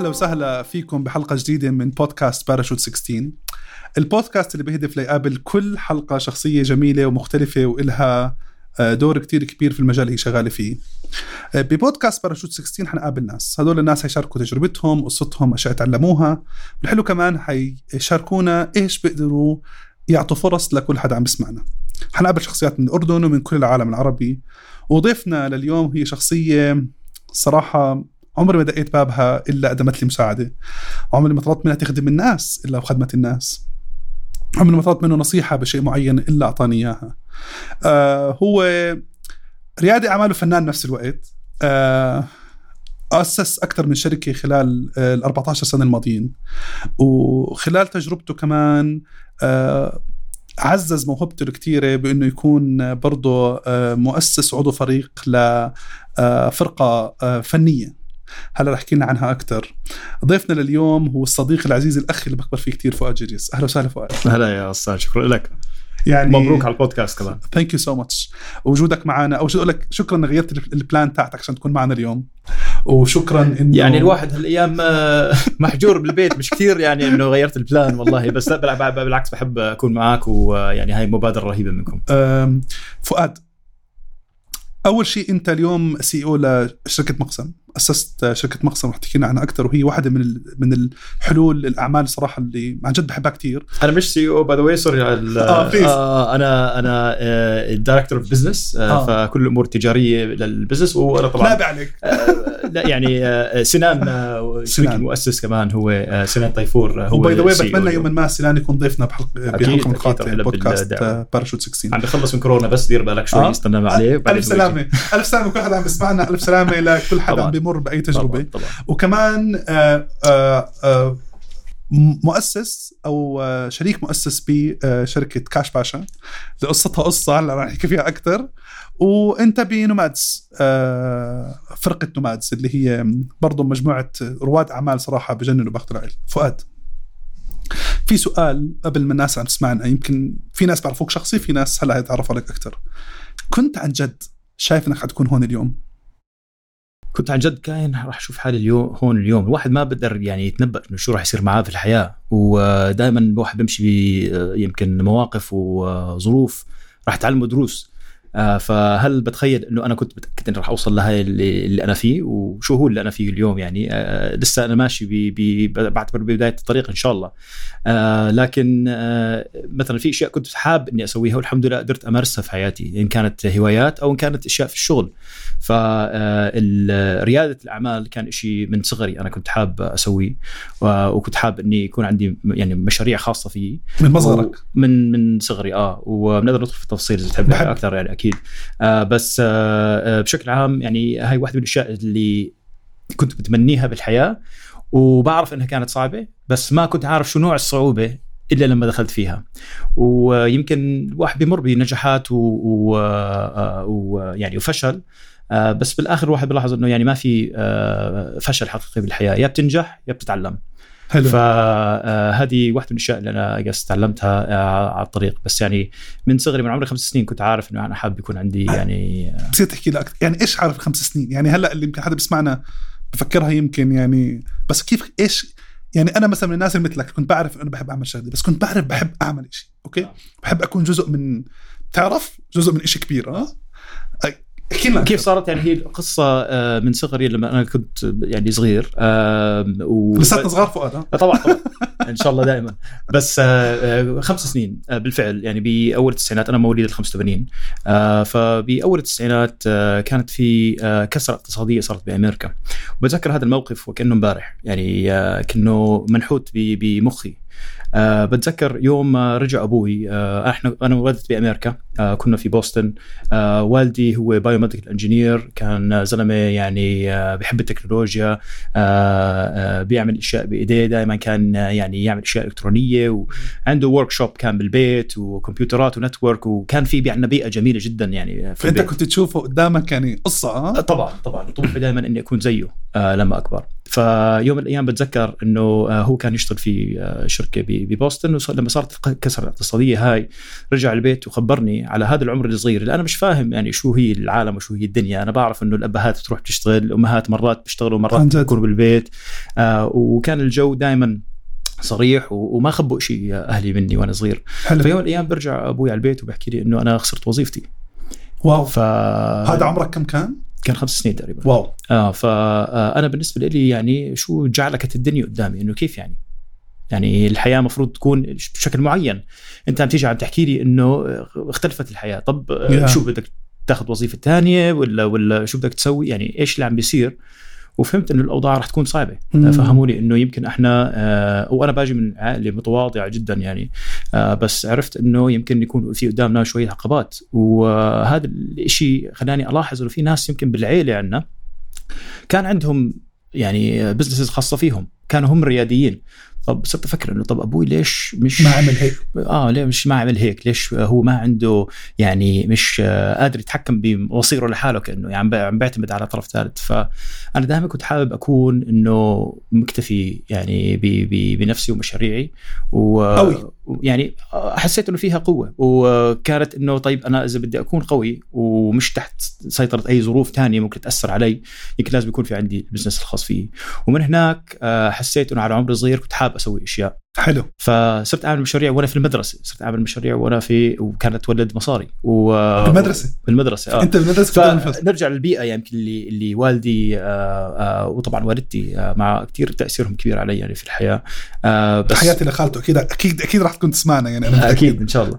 أهلا وسهلا فيكم بحلقة جديدة من بودكاست باراشوت 16. البودكاست اللي بيهدف ليقابل كل حلقة شخصية جميلة ومختلفة وإلها دور كتير كبير في المجال اللي هي شغالة فيه. ببودكاست باراشوت 16 حنقابل ناس، هدول الناس هيشاركوا تجربتهم، قصتهم، أشياء تعلموها، والحلو كمان هيشاركونا إيش بيقدروا يعطوا فرص لكل حدا عم بسمعنا. حنقابل شخصيات من الأردن ومن كل العالم العربي، وضيفنا لليوم هي شخصية صراحة عمري ما دقيت بابها إلا قدمت لي مساعدة، عمري ما طلبت منها تخدم الناس إلا وخدمت الناس، عمري ما طلبت منه نصيحة بشيء معين إلا أعطاني إياها. هو ريادي أعمال وفنان نفس الوقت. أسس أكثر من شركة خلال 14 سنة الماضيين، وخلال تجربته كمان عزز موهبته الكتيرة بأنه يكون برضه مؤسس عضو فريق لفرقة فنية. هلا رح حكينا عنها أكتر. ضيفنا لليوم هو الصديق العزيز الأخ اللي بكبر فيه كتير، فؤاد جريس. أهلا وسهلا فؤاد. هلا يا أستاذ، شكرا لك، يعني مبروك على البودكاست كمان. Thank you so much. وجودك معنا، أو شو أقول لك، شكرا إن غيرت البلان تاعتك عشان تكون معنا اليوم، وشكرا إنه يعني الواحد هالأيام محجور بالبيت مش كتير يعني إنه غيرت البلان والله، بس لا بالعكس بحب أكون معاك، ويعني هاي مبادرة رهيبة منكم. فؤاد، أول شيء أنت اليوم CEO لشركة مقسم، أسست شركة مقسم رح تحكينا عنها أكتر، وهي واحدة من الحلول الأعمال صراحة اللي عن جد بحبها كتير. أنا مش CEO by the way، سوري. أنا الدايركتور اوف بزنس، فكل الأمور التجارية للبزنس، وأنا طبعا لا بعليك لا يعني سنان شريك المؤسس كمان هو سنان طيفور. هو باي ذا واي بتمنى يوم ما سنان يكون ضيفنا بحلقة مقاطعة بودكاست باراشوت 16. عم بخلص من كورونا، بس دير بالك شوي، استنى عليه. ألف سلامة ألف سلامة كل حدا عم بسمعنا، ألف سلامة لكل حدا عم بيمر بأي تجربة. طبعا. وكمان مؤسس أو شريك مؤسس بشركة كاش باشا، اللي قصتها قصة هلا رح نحكي فيها أكتر. وأنت بنومادز، فرقة نومادز اللي هي برضو مجموعة رواد أعمال صراحة بجننوا باخذوا العيل. فؤاد، في سؤال قبل ما الناس عم تسمعنا، يمكن في ناس بعرفوك شخصي، في ناس هلا هيتعرفوا عليك أكتر. كنت عن جد شايف إنك حتكون هون اليوم؟ كنت عن جد كاين راح أشوف حالي اليوم. الواحد ما بقدر يعني يتنبأ إنه شو راح يصير معاه في الحياة، ودائما الواحد بيمشي يمكن مواقف وظروف راح تعلمه دروس. فهل بتخيل إنه أنا كنت متأكد إن راح أوصل لهاي اللي أنا فيه، وشو هو اللي أنا فيه اليوم؟ يعني لسه أنا ماشي بعتبر ببداية الطريق إن شاء الله. لكن مثلا في أشياء كنت حاب إني أسويها، والحمد لله قدرت أمارسها في حياتي، إن كانت هوايات أو إن كانت أشياء في الشغل. فريادة الأعمال كان إشي من صغري أنا كنت حاب أسويه، وكنت حاب إني يكون عندي يعني مشاريع خاصة فيه من مصغرك. من صغري. وبنقدر ندخل في التفاصيل إذا تحب أكثر يعني أكيد. بس بشكل عام يعني هاي واحدة من الأشياء اللي كنت بتمنيها بالحياة، وبعرف إنها كانت صعبة، بس ما كنت عارف شو نوع الصعوبة إلا لما دخلت فيها. ويمكن الواحد بيمر بنجاحات ويعني وفشل، بس بالآخر الواحد بلاحظ إنه يعني ما في فشل حقيقي بالحياة، يا بتنجح يا بتتعلم. فهذه واحدة من الأشياء اللي أنا تعلمتها على الطريق. بس يعني من صغري، من عمري 5 سنين كنت عارف إنه أنا حابب يكون عندي يعني. بصير تحكي لك يعني إيش عارف 5 سنين؟ يعني هلأ اللي يمكن حدا بسمعنا بفكرها يمكن يعني، بس كيف إيش يعني؟ أنا مثلا من الناس اللي مثلك كنت بعرف إنه بحب أعمل شغلة، بس كنت بعرف بحب أعمل إشي. أوكي، بحب أكون جزء من، تعرف، جزء من إشي كبير. كيف صارت يعني هي القصة من صغري لما أنا كنت يعني صغير، لساتنا صغار فؤاد. طبعا إن شاء الله دائما. بس 5 سنين بالفعل، يعني بأول التسعينات، أنا مواليد 85. فبأول التسعينات كانت في كسرة اقتصادية صارت بأمريكا، وبتذكر هذا الموقف وكأنه مبارح، يعني كأنه منحوت بمخي. بتذكر يوم رجع أبوي، أنا ولدت بأمريكا، كنا في بوسطن. والدي هو بايوميديكال انجينير، كان زلمة يعني بيحب التكنولوجيا، بيعمل أشياء بإيديه، دائما كان يعني يعني يعمل اشياء الكترونيه، وعنده ورك شوب كان بالبيت وكمبيوترات ونتورك، وكان في عندنا بيئه جميله جدا يعني. فانت كنت تشوفه قدامك يعني قصه. طبعا طموحي دائما اني اكون زيه لما اكبر. فيوم من الايام بتذكر انه هو كان يشتغل في شركه ببوسطن، لما صارت الكسره الاقتصاديه هاي رجع البيت وخبرني على هذا العمر الصغير اللي انا مش فاهم يعني شو هي العالم وشو هي الدنيا. انا بعرف انه الابهات تروح تشتغل، الامهات مرات بيشتغلوا مرات بيكونوا بالبيت، وكان الجو دائما صريح وما خبوا شيء اهلي مني وانا صغير. في يوم من الايام برجع ابوي على البيت وبحكي لي انه انا خسرت وظيفتي. واو. هذا عمرك كم كان؟ كان 5 سنين تقريبا. واو. فانا بالنسبه لي يعني شو جعلكت الدنيا قدامي، انه كيف يعني الحياه مفروض تكون بشكل معين، انت عم تيجي عم تحكي لي انه اختلفت الحياه. طب شو بدك تاخذ وظيفه ثانيه ولا شو بدك تسوي؟ يعني ايش اللي عم بيصير؟ وفهمت انه الاوضاع راح تكون صعبه. فهموني انه يمكن احنا وانا باجي من عائله متواضعه جدا يعني، بس عرفت انه يمكن يكون في قدامنا شويه عقبات، وهذا الشيء خلاني الاحظ انه في ناس يمكن بالعيله عندنا كان عندهم يعني بزنسز خاصه فيهم، كانوا هم رياديين. طب صرت أفكر إنه طب أبوي ليش مش ما عمل هيك؟ ليه مش ما عمل هيك؟ ليش هو ما عنده يعني مش قادر يتحكم بمصيره لحاله، كأنه يعني عم بيعتمد على طرف ثالث. فأنا دائما كنت حابب أكون إنه مكتفي يعني بنفسي ومشاريعي، ويعني حسيت إنه فيها قوة، وكانت إنه طيب أنا إذا بدي أكون قوي ومش تحت سيطرة أي ظروف تانية ممكن تأثر علي، يمكن لازم يكون في عندي البزنس الخاص فيه. ومن هناك حسيت إنه على عمر صغير كنت حابب أسوي أشياء. حلو. فصرت أعمل مشاريع وأنا في المدرسة، صرت أعمل مشاريع وأنا وكانت تولد مصاري بالمدرسة. أنت بالمدرسة. نرجع للبيئة يعني اللي والدي وطبعا والدتي مع كتير تأثيرهم كبير علي يعني في الحياة. بس حياتي لخالته أكيد راح تكون تسمعنا يعني أنا أكيد إن شاء الله.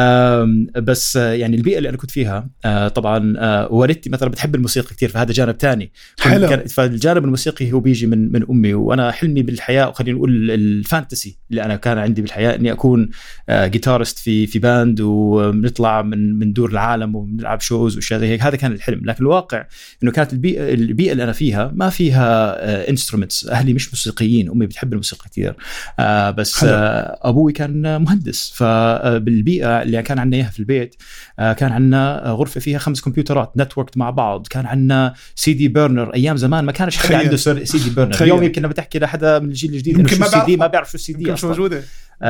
بس يعني البيئة اللي أنا كنت فيها طبعا والدتي مثلا بتحب الموسيقى كتير، فهذا جانب تاني. فالجانب الموسيقي هو بيجي من أمي، وأنا حلمي بالحياة وخلينا نقول الفانتسي اللي أنا كان عندي بالحياة إني أكون جيتارست في باند وبنطلع من دور العالم وبنلعب شوز وأشياء زي هيك. هذا كان الحلم، لكن الواقع إنه كانت البيئة اللي أنا فيها ما فيها انسترومنتس. أهلي مش موسيقيين، أمي بتحب الموسيقى كتير بس أبوي كان مهندس. فبالبيئة اللي كان عندنا إياها في البيت كان عندنا غرفة فيها 5 كمبيوترات نتورك مع بعض، كان عندنا CD بيرنر. أيام زمان ما كانش حدا عنده CD بيرنر. اليوم يمكن بتحكي لحدا من الجيل الجديد يمكن ما بيعرف شو CD مش موجودة.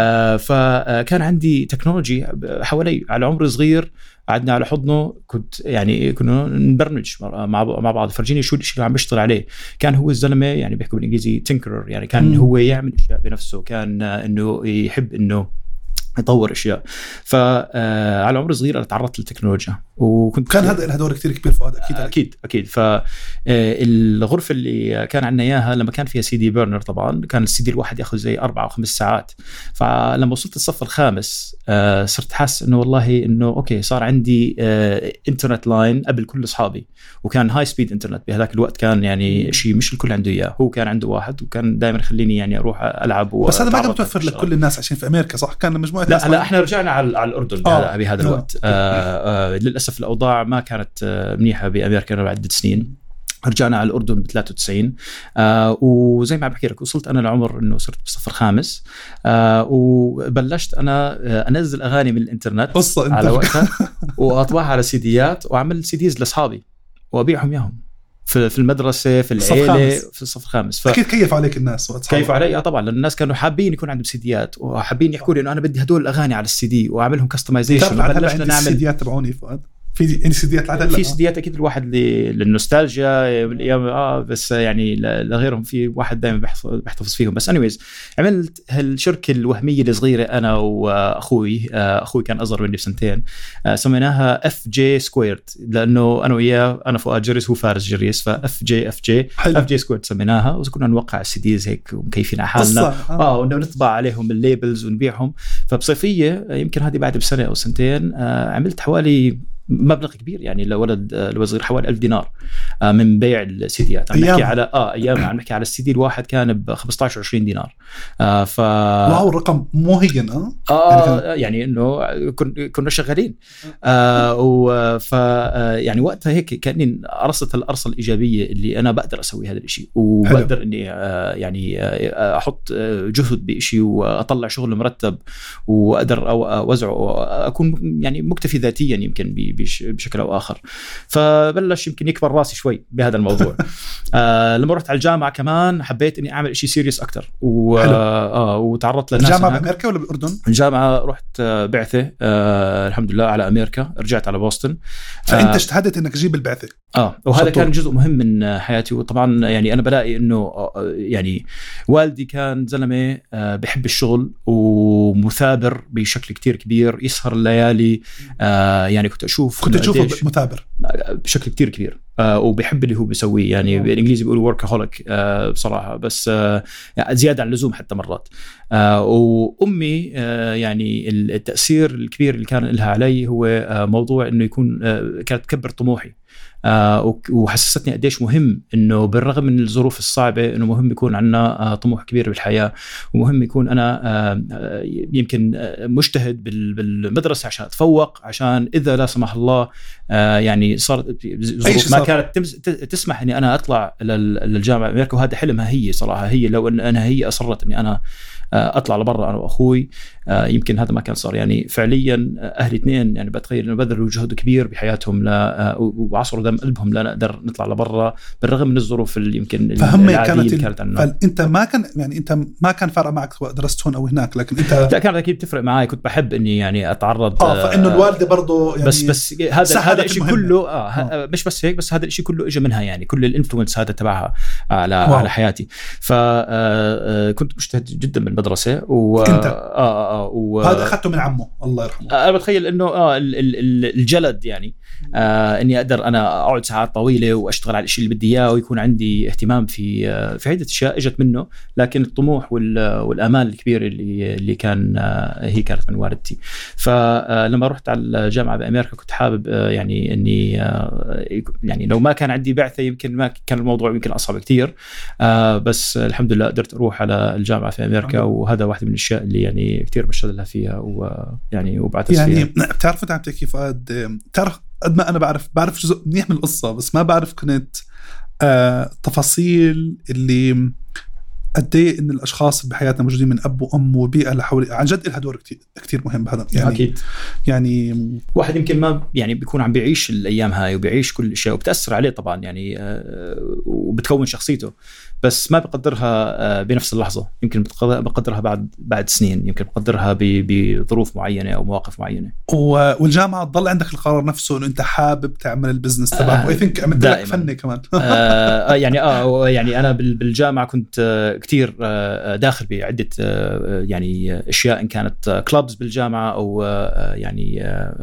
فكان عندي تكنولوجي حوالي على عمر صغير، قعدنا على حضنه، كنا نبرمج مع بعض، فرجيني شو الشيء اللي عم بيشتغل عليه. كان هو الزلمة يعني بيحكوا بالإنجليزي تينكرر، يعني كان هو يعمل أشياء بنفسه، كان إنه يحب إنه يطور أشياء. فعلى عمر صغير أنا تعرضت للتكنولوجيا، وكنت كان هذا له دور كتير كبير فؤاد. أكيد. فالغرفة اللي كان عندنا إياها لما كان فيها CD بيرنر، طبعا كان الCD الواحد يأخذ زي 4 أو 5 ساعات. فلما وصلت الصف الخامس صرت حاس إنه والله إنه أوكي صار عندي إنترنت لاين قبل كل أصحابي، وكان هاي سبيد إنترنت بهذاك الوقت. كان يعني شيء مش الكل عنده إياه، هو كان عنده واحد، وكان دائما يخليني يعني أروح ألعب. بس هذا ما متوفر لكل الناس عشان في أمريكا صح؟ كان مجموعة. لا احنا رجعنا على الأردن بهذا الوقت. للأسف الأوضاع ما كانت منيحة بأمريكا بعدة سنين. رجعنا على الأردن ب93. وزي ما بحكي لك وصلت أنا لعمر إنه صرت بالصف الخامس، وبلشت أنا أنزل أغاني من الإنترنت على وقتها وأطبعها على سيديات، وأعمل سيديز لأصحابي وأبيعهم ياهم في المدرسة، في العيلة، في الصف الخامس. أكيد كيف عليك الناس؟ كيف علي؟ طبعا لأن الناس كانوا حابين يكون عندهم سيديات، وحابين يحكوا لي إنه أنا بدي هدول الأغاني على الCD وأعملهم كاستمايزيشن. وبلشنا نعمل سيديات تبعوني فؤاد. في سيديات العدد، في سيديات أكيد الواحد للنوستالجيا بالأيام بس يعني لغيرهم في واحد دائما بيحتفظ فيهم. بس anyways عملت هالشركة الوهمية الصغيرة أنا وأخوي كان أصغر مني بسنتين، سميناها FJ Squared، لأنه أنا وياه، أنا فؤاد جريس هو فارس جريس، FJ Squared سميناها. وكنا نوقع الCDs هيك ومكيفين على حالنا ونطبع عليهم الليبلز ونبيعهم. فبصيفية يمكن هذه بعد بسنة أو سنتين عملت حوالي مبلغ كبير يعني لولد الوزير، حوالي 1000 دينار من بيع السيديات. عم نحكي على ايام، عم نحكي على السي دي الواحد كان ب 15 20 دينار. واو، الرقم مو هين. يعني انه كنا شغالين. ف يعني وقتها هيك كاني قرصت القرصه الايجابيه اللي انا بقدر اسوي هذا الشيء، وبقدر اني يعني احط جهد بشيء واطلع شغل مرتب واقدر اوزعه واكون يعني مكتفي ذاتيا يمكن بشكل او اخر. فبلش يمكن يكبر راسي شوي بهذا الموضوع. لما رحت على الجامعه كمان حبيت اني اعمل شيء سيريس اكثر، وتعرضت للناس. الجامعه بامريكا ولا بالاردن؟ الجامعه رحت بعثه الحمد لله على امريكا، رجعت على بوسطن. فانت اجتهدت انك تجيب البعثه. وهذا كان جزء مهم من حياتي. وطبعا يعني انا بلاقي انه يعني والدي كان زلمه بحب الشغل ومثابر بشكل كتير كبير، يسهر الليالي. يعني كنت اشوفه مثابر بشكل كتير كبير، وبيحب اللي هو بيسويه. يعني بالانجليزي بيقولوا workaholic بصراحه، بس يعني زياده عن اللزوم حتى مرات. وامي يعني التاثير الكبير اللي كان لها علي هو موضوع انه يكون كانت تكبر طموحي، وحسستني قديش مهم انه بالرغم من الظروف الصعبه انه مهم يكون عندنا طموح كبير بالحياه، ومهم يكون انا يمكن مجتهد بالمدرسه عشان اتفوق، عشان اذا لا سمح الله يعني صارت ظروف ما كانت تسمح اني انا اطلع للجامعه امريكا. وهذا حلمها هي صراحه، هي لو ان انا هي اصرت اني انا اطلع لبرا انا واخوي، يمكن هذا ما كان صار. يعني فعليا اهلي اثنين يعني بتخيل انه بذلوا جهد كبير بحياتهم وعصروا دم قلبهم لا نقدر نطلع لبرا بالرغم من الظروف اللي يمكن العاديه اللي كانت عندنا. فانت ما كان يعني انت ما كان فرق معك سواء درست هون او هناك، لكن انت لا كانت اكيد تفرق معي. كنت بحب اني يعني اتعرض فانه الوالده برضه يعني بس هذا الشيء كله مش بس هيك، بس هذا الشيء كله اجى منها، يعني كل الانفلونس هذا تبعها على حياتي. فكنت مجتهد جدا بالمدرسه وهذا اخذته من عمه الله يرحمه. انا بتخيل انه الجلد يعني اني اقدر انا اقعد ساعات طويله واشتغل على الشيء اللي بدي اياه ويكون عندي اهتمام في عده اشياء اجت منه. لكن الطموح والامال الكبيره اللي كان هي كانت من والدتي. فلما رحت على الجامعه بامريكا كنت حابب يعني اني يعني لو ما كان عندي بعثه يمكن ما كان الموضوع يمكن اصعب كتير، بس الحمد لله قدرت اروح على الجامعه في امريكا. وهذا واحد من الاشياء اللي يعني كتير بشهد لها فيها ويعني وبعتز يعني فيها. بتعرف انت عم تحكي فؤاد، تعرف قد ما انا بعرف جزء منيح من القصه، بس ما بعرف كنت تفاصيل اللي قد ايه ان الاشخاص بحياتنا موجودين من اب وام وبيئه اللي حوالي. عن جد لها دور كتير مهم بهذا يعني. اكيد يعني واحد يمكن ما يعني بيكون عم بيعيش الايام هاي وبيعيش كل الاشياء وبتاثر عليه طبعا يعني وبتكون شخصيته، بس ما بقدرها بنفس اللحظه. يمكن بقدرها بعد سنين، يمكن بقدرها بظروف معينه او مواقف معينه. والجامعه تضل عندك القرار نفسه انه انت حابب تعمل البزنس تبعك. واي ثينك عملت لك فني كمان. يعني انا بالجامعه كنت كتير داخل بعده يعني اشياء، ان كانت كلابز بالجامعه او يعني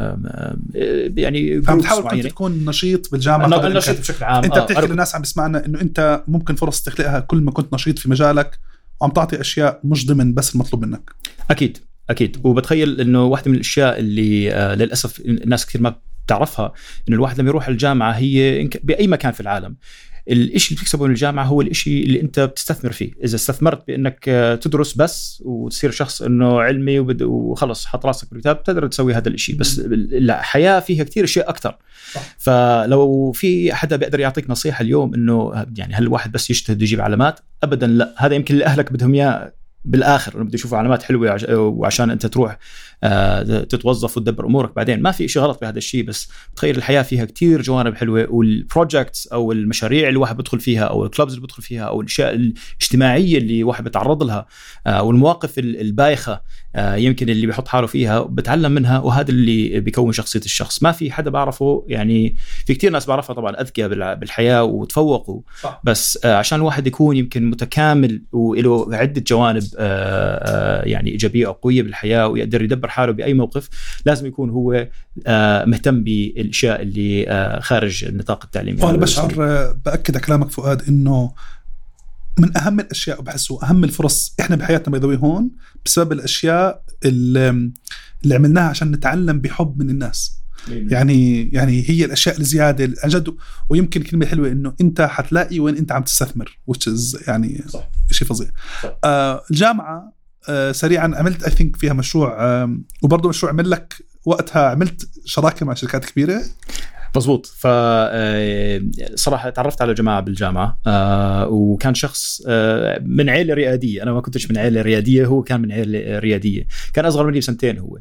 عم تحاول تكون نشيط بالجامعه. نشيط بشكل عام. انت بتحكي للناس عم بيسمعنا انه انت ممكن فرص تخلقها كل ما كنت نشيط في مجالك وعم تعطي اشياء مش ضمن بس المطلوب منك. اكيد. وبتخيل انه واحدة من الاشياء اللي للاسف الناس كثير ما بتعرفها، انه الواحد لما يروح الجامعه هي باي مكان في العالم الاشي اللي بتكسبه من الجامعة هو الاشي اللي انت بتستثمر فيه. اذا استثمرت بانك تدرس بس وتصير شخص انه علمي وخلص حط راسك بالكتاب تقدر تسوي هذا الاشي، بس الحياة فيها كتير اشياء اكتر. فلو في حدا بيقدر يعطيك نصيحة اليوم انه يعني هل الواحد بس يجتهد يجيب علامات؟ ابدا لا. هذا يمكن اللي اهلك بدهم اياه بالاخر، انه بده يشوفوا علامات حلوه وعشان انت تروح تتوظف وتدبر امورك بعدين. ما في شيء غلط بهذا الشيء، بس تخيل الحياه فيها كتير جوانب حلوه، والبروجكتس او المشاريع اللي الواحد بدخل فيها او الكلوبز اللي بدخل فيها او الاشياء الاجتماعيه اللي واحد بيتعرض لها والمواقف البايخه يمكن اللي بيحط حاله فيها بتعلم منها، وهذا اللي بيكون شخصيه الشخص. ما في حدا بعرفه يعني، في كتير ناس بعرفها طبعا اذكياء بالحياه وتفوقوا، بس عشان واحد يكون يمكن متكامل وله عده جوانب يعني ايجابيه او قويه بالحياه ويقدر يدبر حاله باي موقف، لازم يكون هو مهتم بالاشياء اللي خارج النطاق التعليمي. وانا بشعر باكد كلامك فؤاد انه من اهم الاشياء وبحسه اهم الفرص احنا بحياتنا بيضوي هون بسبب الاشياء اللي عملناها عشان نتعلم بحب من الناس. يعني هي الاشياء الزياده الجد. ويمكن كلمه حلوه انه انت حتلاقي وين انت عم تستثمر which is يعني شيء فظيع. الجامعه سريعا عملت I think فيها مشروع وبرضه مشروع عمل لك وقتها عملت شراكه مع شركات كبيره. مظبوط. فصراحة تعرفت على جماعة بالجامعة وكان شخص من عائلة ريادية. أنا ما كنتش من عائلة ريادية، هو كان من عائلة ريادية، كان أصغر مني بسنتين هو.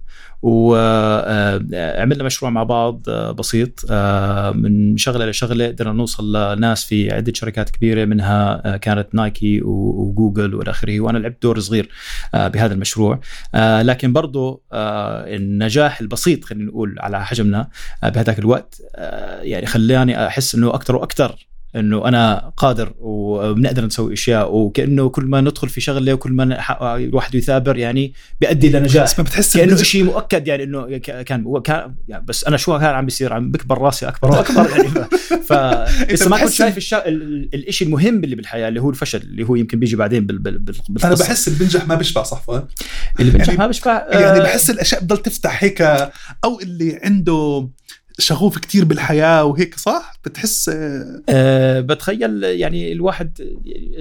وعملنا مشروع مع بعض بسيط، من شغلة لشغلة قدرنا نوصل لناس في عدة شركات كبيرة، منها كانت نايكي وجوجل والآخره. وأنا لعبت دور صغير بهذا المشروع، لكن برضو النجاح البسيط خلينا نقول على حجمنا بهذاك الوقت يعني خلاني أحس إنه أكتر وأكتر إنه أنا قادر وبنقدر نسوي أشياء، وكأنه كل ما ندخل في شغلة وكل ما الواحد يثابر يعني بيؤدي لنجاح، كأنه شيء مؤكد يعني إنه كان يعني. بس أنا شو كان عم بيصير، عم بكبر راسي أكبر وأكبر يعني. فلسه ما كنت شايف الإشي المهم اللي بالحياة اللي هو الفشل، اللي هو يمكن بيجي بعدين أنا بحس اللي بنجح ما بيشبع، صح؟ اللي بنجح يعني ما بيشبع يعني بحس الأشياء بضل تفتح هيك، أو اللي عنده شغوف كتير بالحياة وهيك، صح؟ بتحس بتخيل يعني الواحد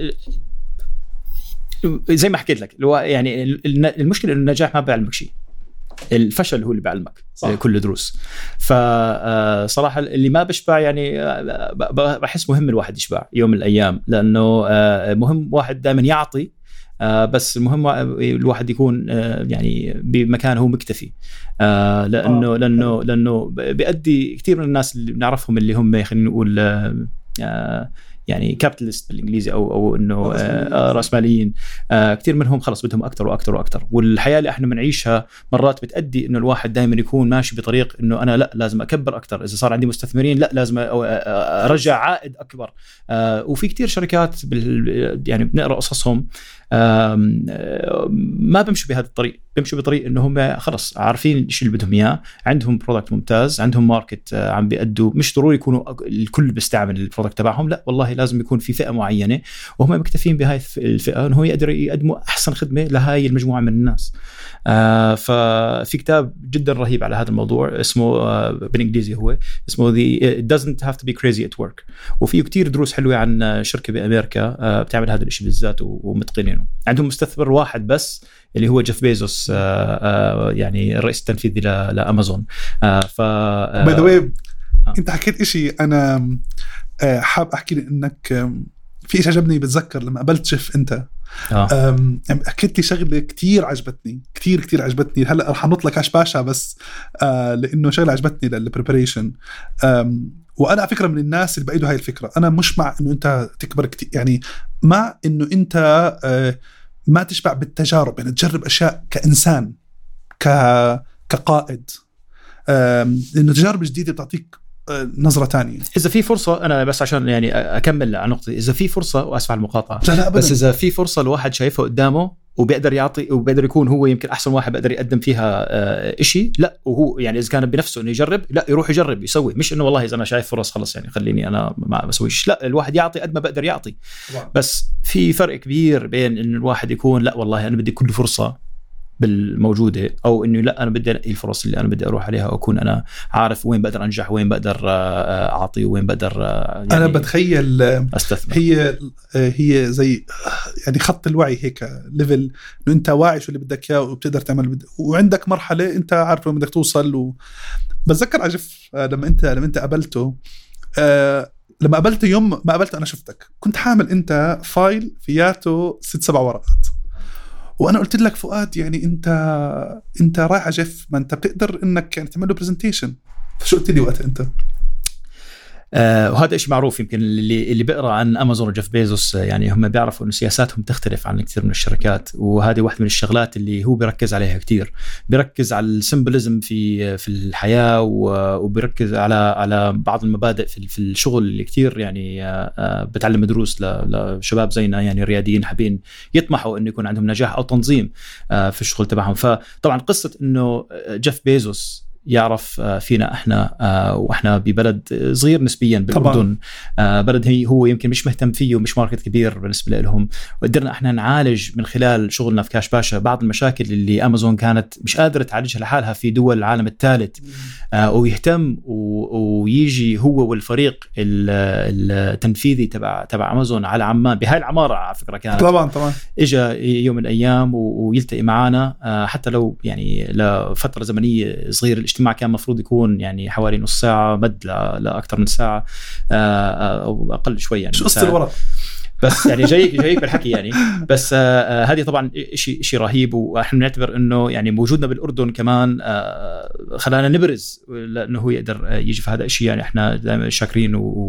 زي ما حكيت لك يعني المشكلة إنه النجاح ما بيعلمك شيء، الفشل هو اللي بيعلمك كل دروس. فصراحة اللي ما بشبع يعني بحس مهم الواحد يشبع يوم من الأيام، لأنه مهم واحد دائما يعطي، بس المهم الواحد يكون يعني بمكان هو مكتفي، لأنه بيؤدي كثير من الناس اللي بنعرفهم اللي هم خلينا نقول يعني كابيتاليست بالإنجليزي أو إنه رأسماليين، كثير منهم خلص بدهم أكتر وأكتر وأكتر. والحياة اللي إحنا بنعيشها مرات بتأدي إنه الواحد دائما يكون ماشي بطريق إنه أنا لا لازم أكبر أكتر، إذا صار عندي مستثمرين لا لازم أرجع عائد أكبر. وفي كثير شركات يعني بنقرأ قصصهم ما بمشوا بهذا الطريق، بمشوا بطريق إنه هم خلص عارفين الشيء اللي بدهم إياه، عندهم برودكت ممتاز، عندهم ماركت عم بيأدوا، مش ضروري يكونوا الكل بيستعمل البرودكت تبعهم، لا والله لازم يكون في فئة معينة وهم مكتفين بهاي الفئة إنه هو يقدر يقدموا أحسن خدمة لهاي المجموعة من الناس. ففي كتاب جدا رهيب على هذا الموضوع اسمه بالإنجليزي هو اسمه It doesn't have to be crazy at work. وفيه كتير دروس حلوة عن شركة بأمريكا بتعمل هذا الشيء بالذات ومتقنينه. عندهم مستثمر واحد بس اللي هو جيف بيزوس، يعني الرئيس التنفيذي لأمازون. by the way انت حكيت اشي انا حاب احكي لي انك في شيء عجبني، بتذكر لما قابلت شيف انت حكيت لي شغله كتير عجبتني، كتير عجبتني. هلا رح نطلع كاش باشا بس لانه شغله عجبتني للبريبريشن. وانا على فكره من الناس اللي بايدوا هاي الفكره، انا مش مع انه انت تكبر كتير، يعني مع انه انت ما تشبع بالتجارب، يعني تجرب اشياء كانسان كقائد، لانه تجارب جديده بتعطيك نظرة تانية. إذا في فرصة، أنا بس عشان يعني أكمل على نقطة، إذا في فرصة وأسف على المقاطعة، بس إذا في فرصة الواحد شايفه قدامه وبيقدر يعطي وبيقدر يكون هو يمكن أحسن واحد بيقدر يقدم فيها إشي، لا وهو يعني إذا كان بنفسه إنه يجرب، لا يروح يجرب يسوي، مش إنه والله إذا أنا شايف فرص خلص يعني خليني أنا ما بسويش. لا الواحد يعطي قد ما بقدر يعطي. بس في فرق كبير بين إنه الواحد يكون لا والله أنا بدي كل فرصة بالموجودة، أو إنه لا أنا بدي الفرص اللي أنا بدي أروح عليها، وأكون أنا عارف وين بقدر أنجح وين بقدر أعطي وين بقدر يعني أنا بتخيل أستثمر. هي زي يعني خط الوعي هيك ليفل، إنه أنت واعي شو اللي بدك إياه وبتقدر تعمل وعندك مرحلة أنت عارف وين بدك توصل. بتذكر عجف لما أنت قابلته، لما قابلته يوم ما قابلته أنا شفتك كنت حامل أنت فايل فياته 6-7 ورقات، وانا قلت لك فؤاد يعني انت رايح جيف، ما انت بتقدر انك يعني تعمل له برزنتيشن. فشو قلت لي وقت انت؟ وهذا إشي معروف، يمكن اللي بيقرأ عن أمازون وجيف بيزوس يعني هم بيعرفوا إنه سياساتهم تختلف عن كثير من الشركات، وهذه واحدة من الشغلات اللي هو بيركز عليها كتير، بيركز على السيمبلزم في الحياة، وبيركز على بعض المبادئ في الشغل اللي كتير يعني بتعلم دروس لشباب زينا يعني رياديين حابين يطمحوا إنه يكون عندهم نجاح أو تنظيم في الشغل تبعهم. فطبعا قصة إنه جيف بيزوس يعرف فينا احنا واحنا ببلد صغير نسبيا بالاردن، بلد هو يمكن مش مهتم فيه ومش ماركت كبير بالنسبه لهم، وقدرنا احنا نعالج من خلال شغلنا في كاش باشا بعض المشاكل اللي امازون كانت مش قادره تعالجها لحالها في دول العالم الثالث. ويهتم ويجي هو والفريق التنفيذي تبع امازون على عمان بهاي العماره على فكره كانت طبعا اجى يوم من الايام ويلتقي معنا، حتى لو يعني لفتره زمنيه صغيره. الاجتماع كان مفروض يكون يعني حوالي نص ساعه، مد لاكثر من ساعه او اقل شوي يعني. شو قصة الورق بس يعني جايك بالحكي يعني. بس هذه طبعا شيء رهيب، واحنا نعتبر انه يعني وجودنا بالاردن كمان خلانا نبرز لانه هو يقدر يجي في هذا الشيء. يعني احنا دائما شاكرين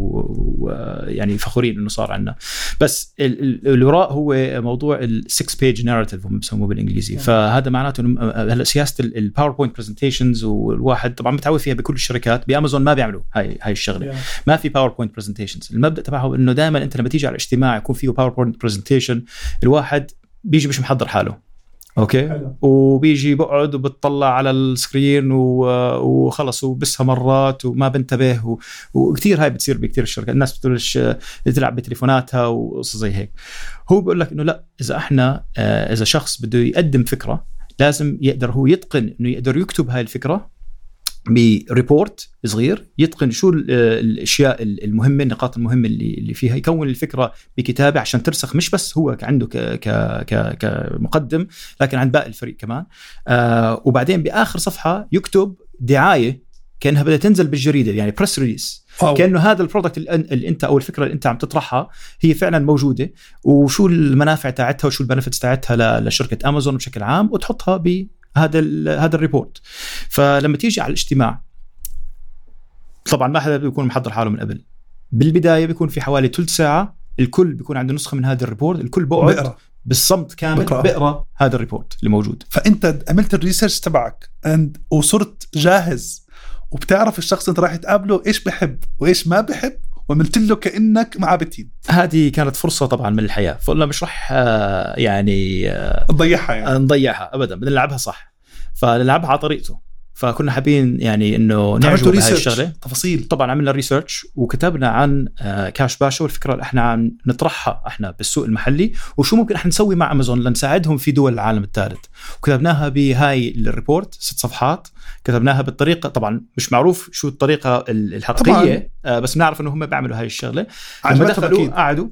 ويعني فخورين انه صار عندنا. بس الوراء هو موضوع ال6 بيج ناراتيف هم بسموه بالانجليزي. فهذا معناته هلا سياسه الباوربوينت برزنتيشنز، والواحد طبعا متعود فيها بكل الشركات، بامازون ما بيعملوا هاي الشغله. ما في باوربوينت برزنتيشنز. المبدا تبعه انه دائما انت لما تيجي على الاجتماع يكون فيه باوربوينت برزنتيشن، الواحد بيجي مش محضر حاله، اوكي حلو. وبيجي بقعد وبتطلع على السكرين وخلص وبسها مرات وما بنتبه، وكثير هاي بتصير بكثير الشركات. الناس بتقولش تلعب بتليفوناتها وقصص زي هيك. هو بيقول لك انه لا، اذا شخص بده يقدم فكره لازم يقدر هو يتقن انه يقدر يكتب هاي الفكره بريبورت صغير، يتقن شو الاشياء المهمه، النقاط المهمه اللي فيها، يكون الفكره بكتابه عشان ترسخ مش بس هو عنده كمقدم لكن عند باقي الفريق كمان. وبعدين باخر صفحه يكتب دعايه كانها بدها تنزل بالجريده، يعني بريس ريليس، كانه هذا البرودكت اللي انت او الفكره اللي انت عم تطرحها هي فعلا موجوده، وشو المنافع تاعتها وشو البنفيتس تاعتها لشركه امازون بشكل عام، وتحطها هذا الريبورت. فلما تيجي على الاجتماع طبعا ما حدا بيكون محضر حاله من قبل. بالبدايه بيكون في حوالي ثلث ساعه الكل بيكون عنده نسخه من هذا الريبورت، الكل بقعد بالصمت كامل بقرا هذا الريبورت اللي موجود. فانت عملت الريسيرش تبعك وصرت جاهز وبتعرف الشخص انت راح تقابله ايش بحب وايش ما بحب، وعملت له كأنك معاه بتين. هذه كانت فرصة طبعا من الحياة، فقلنا مش رح يعني نضيعها أبدا، بدنا نلعبها صح، فنلعبها على طريقته. فكنا حابين يعني انه نعمل هاي الشغله تفاصيل. طبعا عملنا ريسيرش وكتبنا عن كاش باشا والفكره اللي احنا عم نطرحها احنا بالسوق المحلي، وشو ممكن احنا نسوي مع امازون لنساعدهم في دول العالم الثالث. وكتبناها بهاي الريبورت 6 صفحات، كتبناها بالطريقه طبعا مش معروف شو الطريقه الحقيقيه بس بنعرف انه هم بيعملوا هاي الشغله. لما دخلوا قعدوا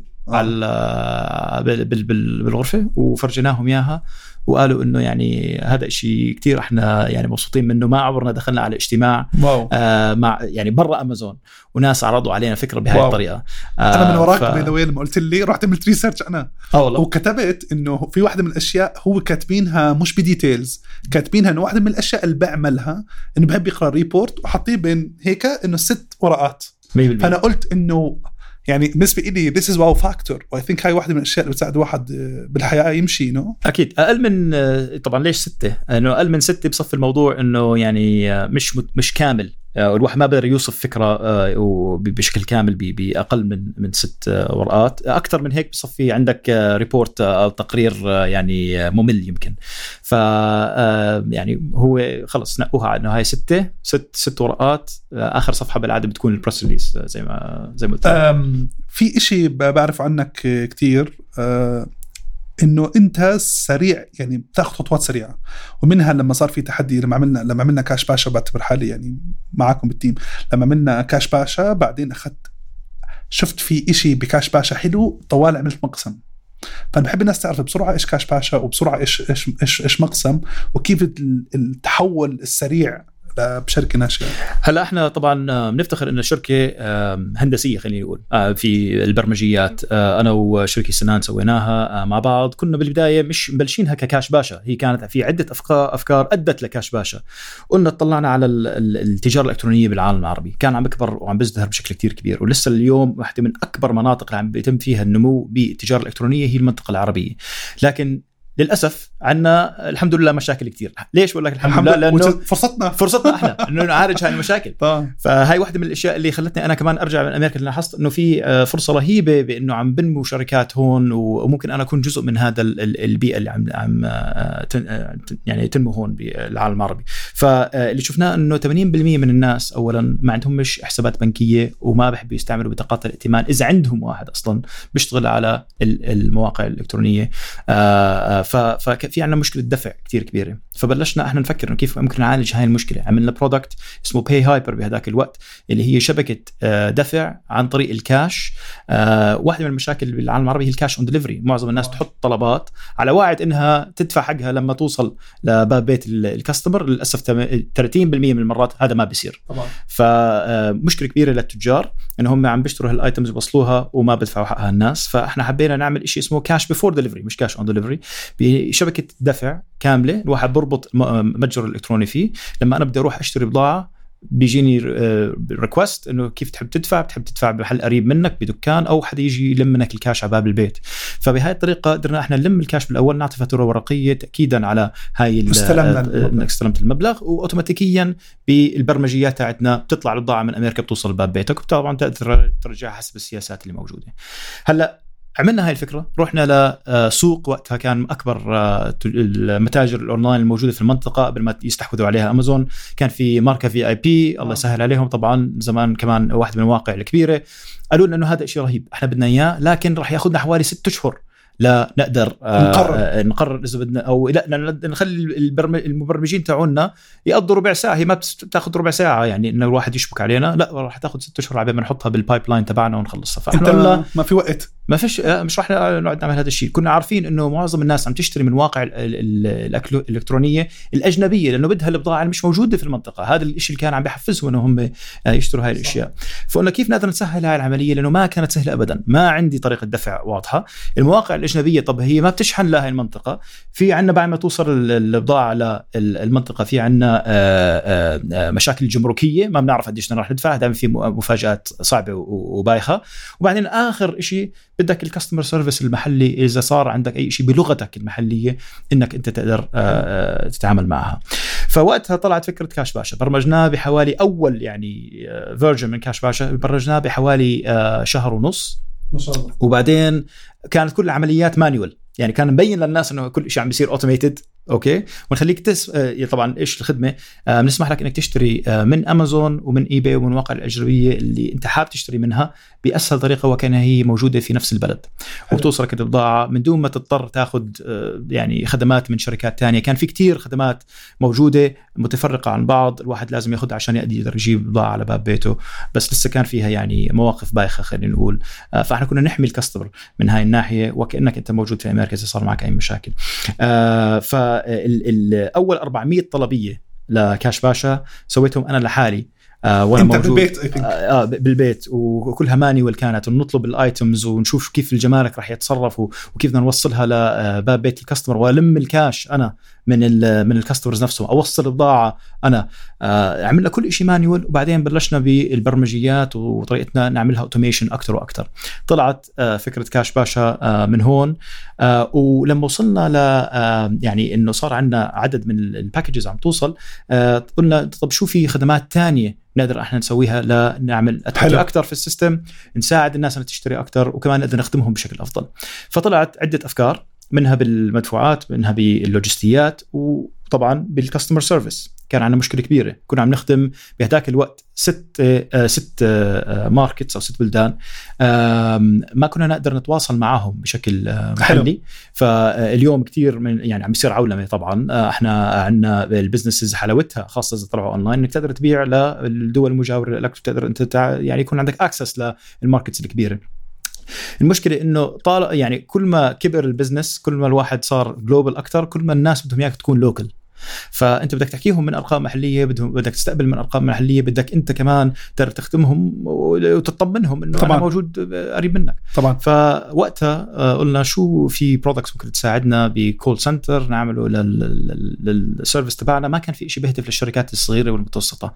على بالغرفه وفرجناهم اياها، وقالوا انه يعني هذا شيء كتير احنا يعني مبسوطين منه. ما عبرنا دخلنا على اجتماع مع يعني برا امازون وناس عرضوا علينا فكره بهاي الطريقه. انا من وراك بينوين لما قلت لي رحت عملت ريسيرش انا وكتبت انه في واحدة من الاشياء هو كاتبينها مش بديتيلز، كاتبينها انه واحدة من الاشياء اللي بعملها انه بحب يقرا ريبورت وحطيه بين هيك انه 6 ورقات. فانا قلت انه يعني بالنسبة إلي this is wow factor، و I think هاي واحدة من الأشياء اللي بتساعد واحد بالحياة يمشي. أكيد أقل من طبعا ليش 6؟ إنه أقل من 6 بصف الموضوع إنه يعني مش كامل. الواحد ما بقدر يوصف فكرة بشكل كامل بأقل من 6 ورقات. أكثر من هيك بصفي عندك ريبورت أو تقرير يعني ممل يمكن. يعني هو خلص نقوها إنه هاي 6 ورقات. آخر صفحة بالعادة بتكون البريس ريليس زي ما قلت. في إشي بعرف عنك كتير إنه أنت سريع، يعني بتاخد خطوات سريعة، ومنها لما صار في تحدي لما عملنا كاش باشا، بعتبر حالي يعني معاكم بالتيم لما عملنا كاش باشا، بعدين شفت في إشي بكاش باشا حلو طوال عملت مقسم. فأنا بحب الناس تعرف بسرعة إيش كاش باشا وبسرعة إيش مقسم، وكيف التحول السريع بشركة ناشئة. هلا احنا طبعا بنفتخر ان الشركة هندسية خلينا نقول في البرمجيات. انا وشركة سنان سويناها مع بعض. كنا بالبداية مش مبلشينها ككاش باشا، هي كانت في عدة افكار ادت لكاش باشا. قلنا اطلعنا على التجارة الالكترونية بالعالم العربي، كان عم بكبر وعم بيزدهر بشكل كتير كبير، ولسه اليوم واحدة من اكبر مناطق اللي عم بيتم فيها النمو بالتجارة الالكترونية هي المنطقة العربية. لكن للاسف عندنا الحمد لله مشاكل كتير. ليش بقول لك الحمد لله؟ لانه فرصتنا احنا انه نعالج هاي المشاكل. فهاي واحدة من الاشياء اللي خلتني انا كمان ارجع من امريكا، لاحظت انه في فرصه رهيبه بانه عم بنمو شركات هون، وممكن انا اكون جزء من هذا البيئه اللي عم يعني تنمو هون بالعالم العربي. فاللي شفناه انه 80% من الناس اولا ما عندهم مش حسابات بنكيه وما بحبوا يستعملوا بطاقات الائتمان اذا عندهم واحد اصلا بيشتغل على المواقع الالكترونيه. ففي عندنا مشكله دفع كتير كبيره، فبلشنا احنا نفكر انه كيف ممكن نعالج هاي المشكله. عملنا برودكت اسمه باي هايبر بهذاك الوقت، اللي هي شبكه دفع عن طريق الكاش. واحده من المشاكل بالعالم العربي هي الكاش اون ديليفري. معظم الناس تحط طلبات على وعد انها تدفع حقها لما توصل لباب بيت الكاستمر. للاسف 30% من المرات هذا ما بيصير طبعا. فمشكله كبيره للتجار ان هم عم بيشتروا هالايتمز وبصلوها وما بدفعوا حقها الناس. فاحنا حبينا نعمل شيء اسمه كاش بيفور ديليفري، مش كاش اون ديليفري، بشبكه دفع كامله الواحد بربط متجر الالكتروني فيه. لما انا بدي اروح اشتري بضاعه بيجيني ريكوست انه كيف تحب تدفع، بتحب تدفع بمحل قريب منك بدكان او حدا يجي يلم منك الكاش على باب البيت. فبهاي الطريقه قدرنا احنا نلم الكاش بالاول، نعطي فاتوره ورقيه تاكيدا على هاي انك استلمت المبلغ، واوتوماتيكيا بالبرمجيات تاعتنا بتطلع البضاعه من امريكا بتوصل لباب بيتك، وطبعا تقدر ترجعها حسب السياسات اللي موجوده. هلا عملنا هاي الفكرة، رحنا لسوق وقتها كان أكبر المتاجر الأونلاين الموجودة في المنطقة قبل ما يستحوذوا عليها أمازون. كان في ماركة VIP الله يسهل عليهم طبعا زمان، كمان واحد من المواقع الكبيرة. قالوا لنا أنه هذا إشي رهيب احنا بدنا إياه، لكن رح ياخدنا حوالي 6 أشهر لا نقدر نقرر إذا بدنا أو لا نخلي المبرمجين تاعونا يقضوا ربع ساعة. هي ما بتاخد ربع ساعة يعني إنه الواحد يشبك علينا، لا راح تاخد 6 أشهر عبين ما نحطها بالبايب لاين تبعنا ونخلصها. فإحنا قلنا ما في وقت، ما فيش، مش راح نقعد نعمل هذا الشيء. كنا عارفين إنه معظم الناس عم تشتري من مواقع الإلكترونية الأجنبية لأنه بدها البضاعة مش موجودة في المنطقة. هذا الشيء اللي كان عم بيحفزهم إنه هم يشتروا هاي الأشياء. فقلنا كيف نقدر نسهل هاي العملية، لأنه ما كانت سهلة أبدا. ما عندي طريقة دفع واضحة. المواقع الأجنبية طب هي ما بتشحن لها المنطقة. في عنا بعد ما توصل البضاعة للمنطقة في عنا مشاكل جمركية، ما بنعرف قديش راح ندفع، دائما في مفاجآت صعبة وبايخة. وبعدين آخر إشي بدك الكاستمر سيرفيس المحلي، إذا صار عندك أي شيء بلغتك المحلية إنك أنت تقدر تتعامل معها. فوقتها طلعت فكرة كاش باشا، برمجناه بحوالي أول يعني فيرجن من كاش باشا برمجناه بحوالي 1.5 شهر ما شاء الله. وبعدين كانت كل العمليات مانيوال، يعني كان مبين للناس انه كل شيء عم بيصير اوتوميتد. اوكي، ونخليك طبعا ايش الخدمه بنسمح لك انك تشتري من امازون ومن اي باي ومن المواقع الاجنبيه اللي انت حابب تشتري منها باسهل طريقه، وكانها هي موجوده في نفس البلد، وتوصلك البضاعه من دون ما تضطر تاخذ يعني خدمات من شركات تانية. كان في كتير خدمات موجوده متفرقه عن بعض، الواحد لازم ياخذ عشان يقدر يجيب بضاعه على باب بيته، بس لسه كان فيها يعني مواقف بايخه خلينا نقول. فاحنا كنا نحمي الكاستمر من هاي الناحيه وكانك انت موجود في امريكا اذا صار معك اي مشاكل. أول 400 طلبية لكاش باشا سويتهم أنا لحالي وانا موجود بالبيت وكلها مانيوال كانت، ونطلب الايتمز ونشوف كيف الجمارك راح يتصرفوا وكيف بدنا نوصلها لباب بيت الكاستمر، والم الكاش انا من الكاستمرز نفسهم، اوصل البضاعه انا. عملنا كل شيء مانيوال، وبعدين بلشنا بالبرمجيات وطريقتنا نعملها اوتوميشن اكثر واكثر. طلعت فكره كاش باشا من هون. ولما وصلنا ل يعني انه صار عندنا عدد من الباكجز عم توصل، قلنا طب شو في خدمات تانية نقدر احنا نسويها لنعمل اكثر في السيستم، نساعد الناس ان تشتري اكثر وكمان نقدر نخدمهم بشكل افضل. فطلعت عده افكار، منها بالمدفوعات، منها باللوجستيات، وطبعا بالكاستمر سيرفيس. كان عندنا مشكله كبيره، كنا عم نخدم بهداك الوقت 6 ماركتس او 6 بلدان، ما كنا نقدر نتواصل معهم بشكل محلي. فاليوم كتير من يعني عم يصير عولمه طبعا. احنا عندنا البزنسز حلاوتها خاصه اذا طلعوا اونلاين انك تقدر تبيع للدول المجاوره لك، تقدر انت يعني يكون عندك اكسس للماركتس الكبيره. المشكله انه يعني كل ما كبر البزنس، كل ما الواحد صار جلوبال اكثر، كل ما الناس بدهم اياك تكون لوكال. فانت بدك تحكيهم من ارقام محليه، بدك تستقبل من ارقام محليه، بدك انت كمان تقدر تخدمهم وتطمنهم انه انا موجود قريب منك طبعا. فوقتها قلنا شو في برودكتس ممكن تساعدنا بكول سنتر نعمله للسيرفيس تبعنا. ما كان في شيء بيهدف للشركات الصغيره والمتوسطه.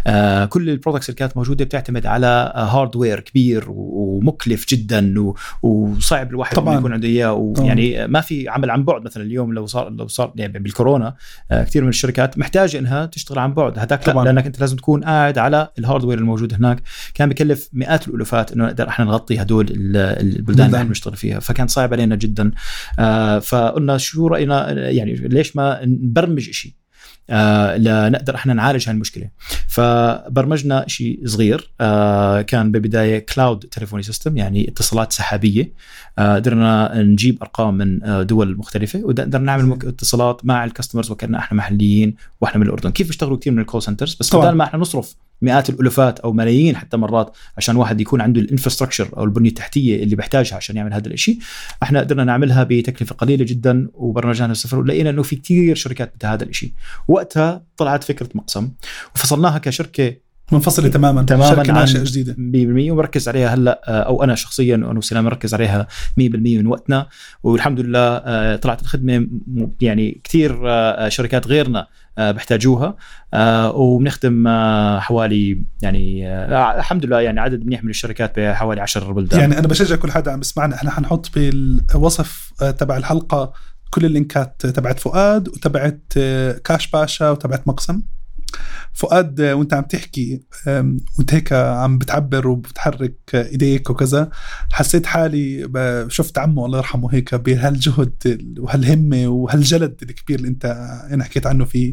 كل البرودكتس اللي كانت موجوده بتعتمد على هاردوير كبير ومكلف جدا وصعب الواحد يكون عنده اياه، ويعني ما في عمل عن بعد. مثلا اليوم لو صار يعني بالكورونا كثير من الشركات محتاجه انها تشتغل عن بعد، هذاك لا، لانك انت لازم تكون قاعد على الهاردوير الموجود هناك. كان بكلف مئات الالوفات انه نقدر احنا نغطي هدول البلدان اللي احنا نشتغل فيها، فكان صعب علينا جدا. فقلنا شو راينا يعني ليش ما نبرمج شيء لنقدر احنا نعالج هالمشكله. فبرمجنا شيء صغير كان ببدايه كلاود تليفوني سيستم، يعني اتصالات سحابيه. قدرنا نجيب ارقام من دول مختلفه وقدرنا نعمل اتصالات مع الكاستمرز وكأننا احنا محليين واحنا من الاردن. كيف اشتغلوا كثير من الكول سنترز، بس بدل ما احنا نصرف مئات الالوفات او ملايين حتى مرات عشان واحد يكون عنده الانفراستراكشر او البنيه التحتيه اللي بيحتاجها عشان يعمل هذا الشيء، احنا قدرنا نعملها بتكلفه قليله جدا وبرمجناها الصفر. ولقينا انه في كثير شركات بدها هذا الشيء. وقتها طلعت فكره مقسم وفصلناها كشركه منفصله تماما شركه ناشئه جديده 100%، وركز عليها هلا او انا شخصيا وانا وسلام مركز عليها 100% من وقتنا. والحمد لله طلعت الخدمه يعني كثير شركات غيرنا بيحتاجوها، وبنخدم حوالي يعني الحمد لله يعني عدد منيح من الشركات بحوالي 10 بلدان. يعني انا بشجع كل حدا عم بسمعنا، احنا حنحط بالوصف تبع الحلقه كل اللينكات تبعت فؤاد وتبعت كاش باشا وتبعت مقسم. فؤاد وانت عم تحكي وانت هيك عم بتعبر وبتحرك ايديك وكذا، حسيت حالي شفت عمه الله يرحمه هيك بهالجهد وهالهمة وهالجلد الكبير اللي انت انا حكيت عنه فيه.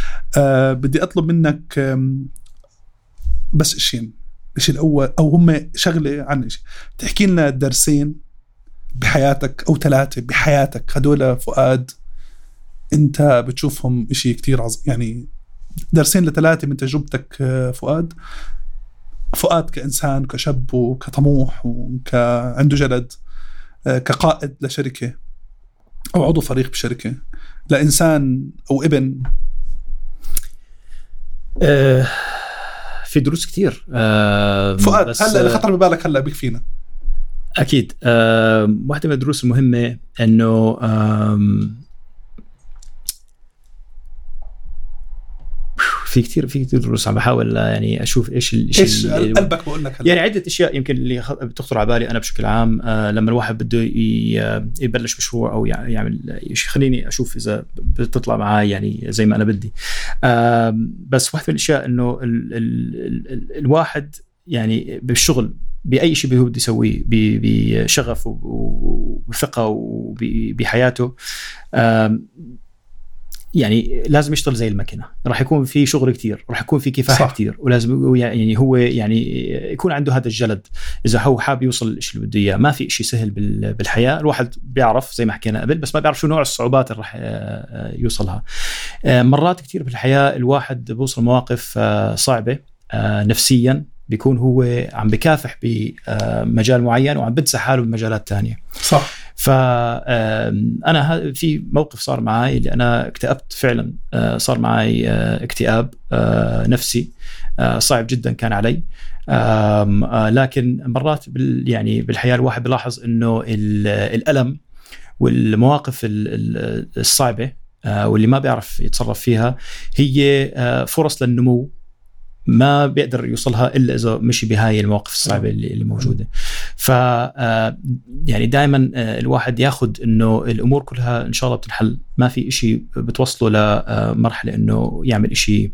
بدي اطلب منك بس الشيء الاول او هم شغله عن شيء، تحكي لنا درسين بحياتك او 3 بحياتك هدول فؤاد انت بتشوفهم اشي كتير يعني درسين ل3 من تجربتك فؤاد كإنسان كشاب وكطموح وعنده جلد، كقائد لشركة أو عضو فريق بشركة، لإنسان أو ابن. في دروس كتير فؤاد هلأ اللي خطر ببالك هلأ بكفينا. أكيد واحدة من الدروس المهمة أنه في كتير دروس عم بحاول يعني اشوف ايش قلبك بقول لك يعني عده اشياء يمكن اللي بتخطر على بالي انا بشكل عام. لما الواحد بده يبلش مشروع او يعمل شيء، خليني اشوف اذا بتطلع معي يعني زي ما انا بدي. بس واحده من الاشياء انه الواحد يعني بالشغل باي شيء هو بده يسويه بشغف وثقه وبحياته، يعني لازم يشتغل زي المكنة. راح يكون في شغل كتير، راح يكون في كفاح كتير، ولازم يعني هو يعني يكون عنده هذا الجلد إذا هو حاب يوصل الشيء اللي بده إياه. ما في إشي سهل بالحياة، الواحد بيعرف زي ما حكينا قبل، بس ما بيعرف شو نوع الصعوبات اللي راح يوصلها. مرات كتير بالحياة الواحد بيوصل مواقف صعبة نفسيا، بيكون هو عم بكافح بمجال معين وعم بدسح حاله بمجالات تانية. صح. فأنا في موقف صار معي اللي أنا اكتئبت فعلا. صار معي اكتئاب نفسي صعب جدا كان علي. لكن مرات يعني بالحياة الواحد بلاحظ إنه الألم والمواقف الصعبة واللي ما بيعرف يتصرف فيها هي فرص للنمو، ما بيقدر يوصلها إلا إذا مشي بهاي المواقف الصعبة اللي موجودة. ف يعني دائما الواحد ياخد إنه الأمور كلها إن شاء الله بتنحل، ما في إشي بتوصله لمرحلة إنه يعمل إشي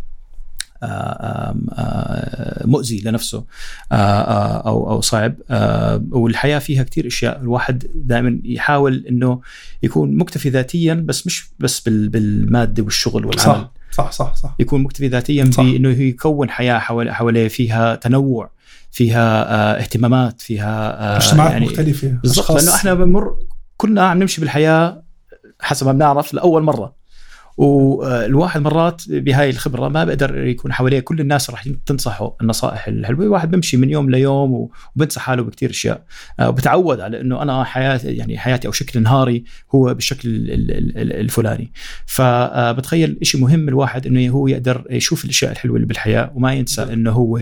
مؤذي لنفسه أو صعب. والحياة فيها كتير أشياء، الواحد دائما يحاول إنه يكون مكتفي ذاتيا، بس مش بس بالمادة والشغل والعمل. صح. يكون مكتفي ذاتيا بأنه يكون حياة حواليه فيها تنوع، فيها اهتمامات، فيها مجتمعات يعني مختلفة. بالضبط، لأنه احنا بنمر كلنا عم نمشي بالحياة حسب ما بنعرف لأول مرة، والواحد مرات بهاي الخبرة ما بقدر يكون حواليه كل الناس راح تنصحه النصائح الحلوة. الواحد بمشي من يوم ليوم وبنسى حاله بكتير أشياء، وبتعود على إنه أنا حياتي أو شكل نهاري هو بالشكل الفلاني. فبتخيل إشي مهم الواحد إنه هو يقدر يشوف الأشياء الحلوة اللي بالحياة وما ينسى إنه هو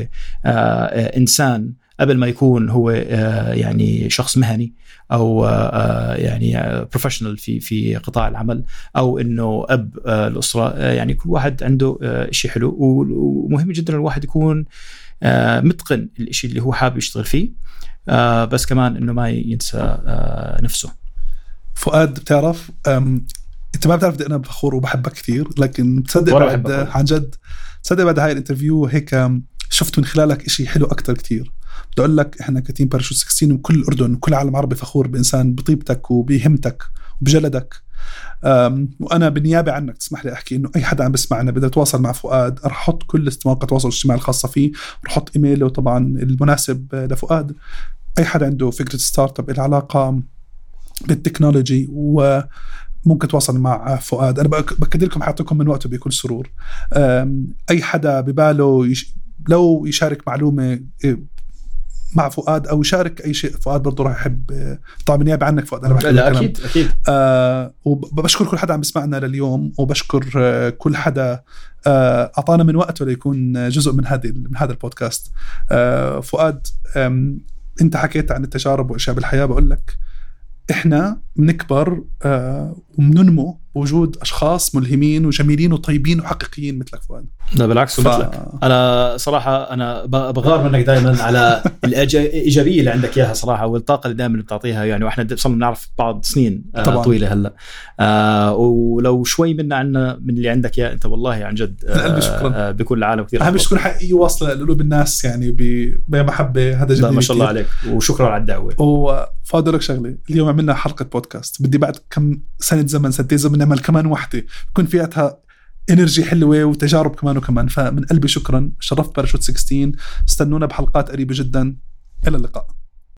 إنسان قبل ما يكون هو يعني شخص مهني أو يعني بروفيشنال في قطاع العمل، أو إنه أب الأسرة. يعني كل واحد عنده إشي حلو، ومهم جدا الواحد يكون متقن الإشي اللي هو حابب يشتغل فيه، بس كمان إنه ما ينسى نفسه. فؤاد، بتعرف أنت ما بتعرف أنا فخور وبحبك كثير، لكن بتصدق بعد عن جد تصدق بعد هاي الانترفيو هيك شفت من خلالك إشي حلو أكتر كتير. بدي أقول لك إحنا كتيم باراشوت 16 وكل الأردن وكل العالم العربي فخور بإنسان بطيبتك وبهمتك وبجلدك. وأنا بالنيابة عنك تسمح لي أحكي إنه أي حدا عم بسمعنا بدأ يتواصل مع فؤاد، رح أحط كل مواقع التواصل الاجتماعي الخاصة فيه، رح أحط إيميله طبعا المناسب لفؤاد. أي حدا عنده فكرة ستارت اب العلاقة بالتكنولوجي وممكن تواصل مع فؤاد. أنا بأكد لكم حيعطيكم من وقته بكل سرور. أي حدا بباله لو يشارك معلومة مع فؤاد أو يشارك أي شيء، فؤاد برضو راح يحب. طبعا بالنيابة عنك فؤاد أنا بحكي لا أكيد وبشكر كل حدا عم بسمعنا لليوم، وبشكر كل حدا أعطانا من وقته ليكون جزء من هذا البودكاست. فؤاد، أنت حكيت عن التجارب وأشياء بالحياة. بقول لك إحنا بنكبر وبننمو بوجود أشخاص ملهمين وجميلين وطيبين وحقيقيين مثلك فؤاد. لا بالعكس مثلك. أنا صراحة أنا بغار منك دائما على الإيجابية اللي عندك إياها صراحة، والطاقة اللي دائما بتعطيها. يعني وإحنا صرنا نعرف بعض سنين طويلة هلا، ولو شوي عنا من اللي عندك يا أنت والله عن جد بكل العالم كثير. أهم تكون حقيقي واصلة لقلوب الناس يعني بمحبة. هذا جدا ما شاء الله عليك، وشكرا على الدعوة. وفاضلك شغلة، اليوم عملنا حلقة بودكاست، بدي بعد كم سنة سنتين زمن نعمل كمان واحدة يكون فيها انرجي حلوة وتجارب كمان. فمن قلبي شكرا، شرفت باراشوت 16. استنونا بحلقات قريبة جدا. إلى اللقاء.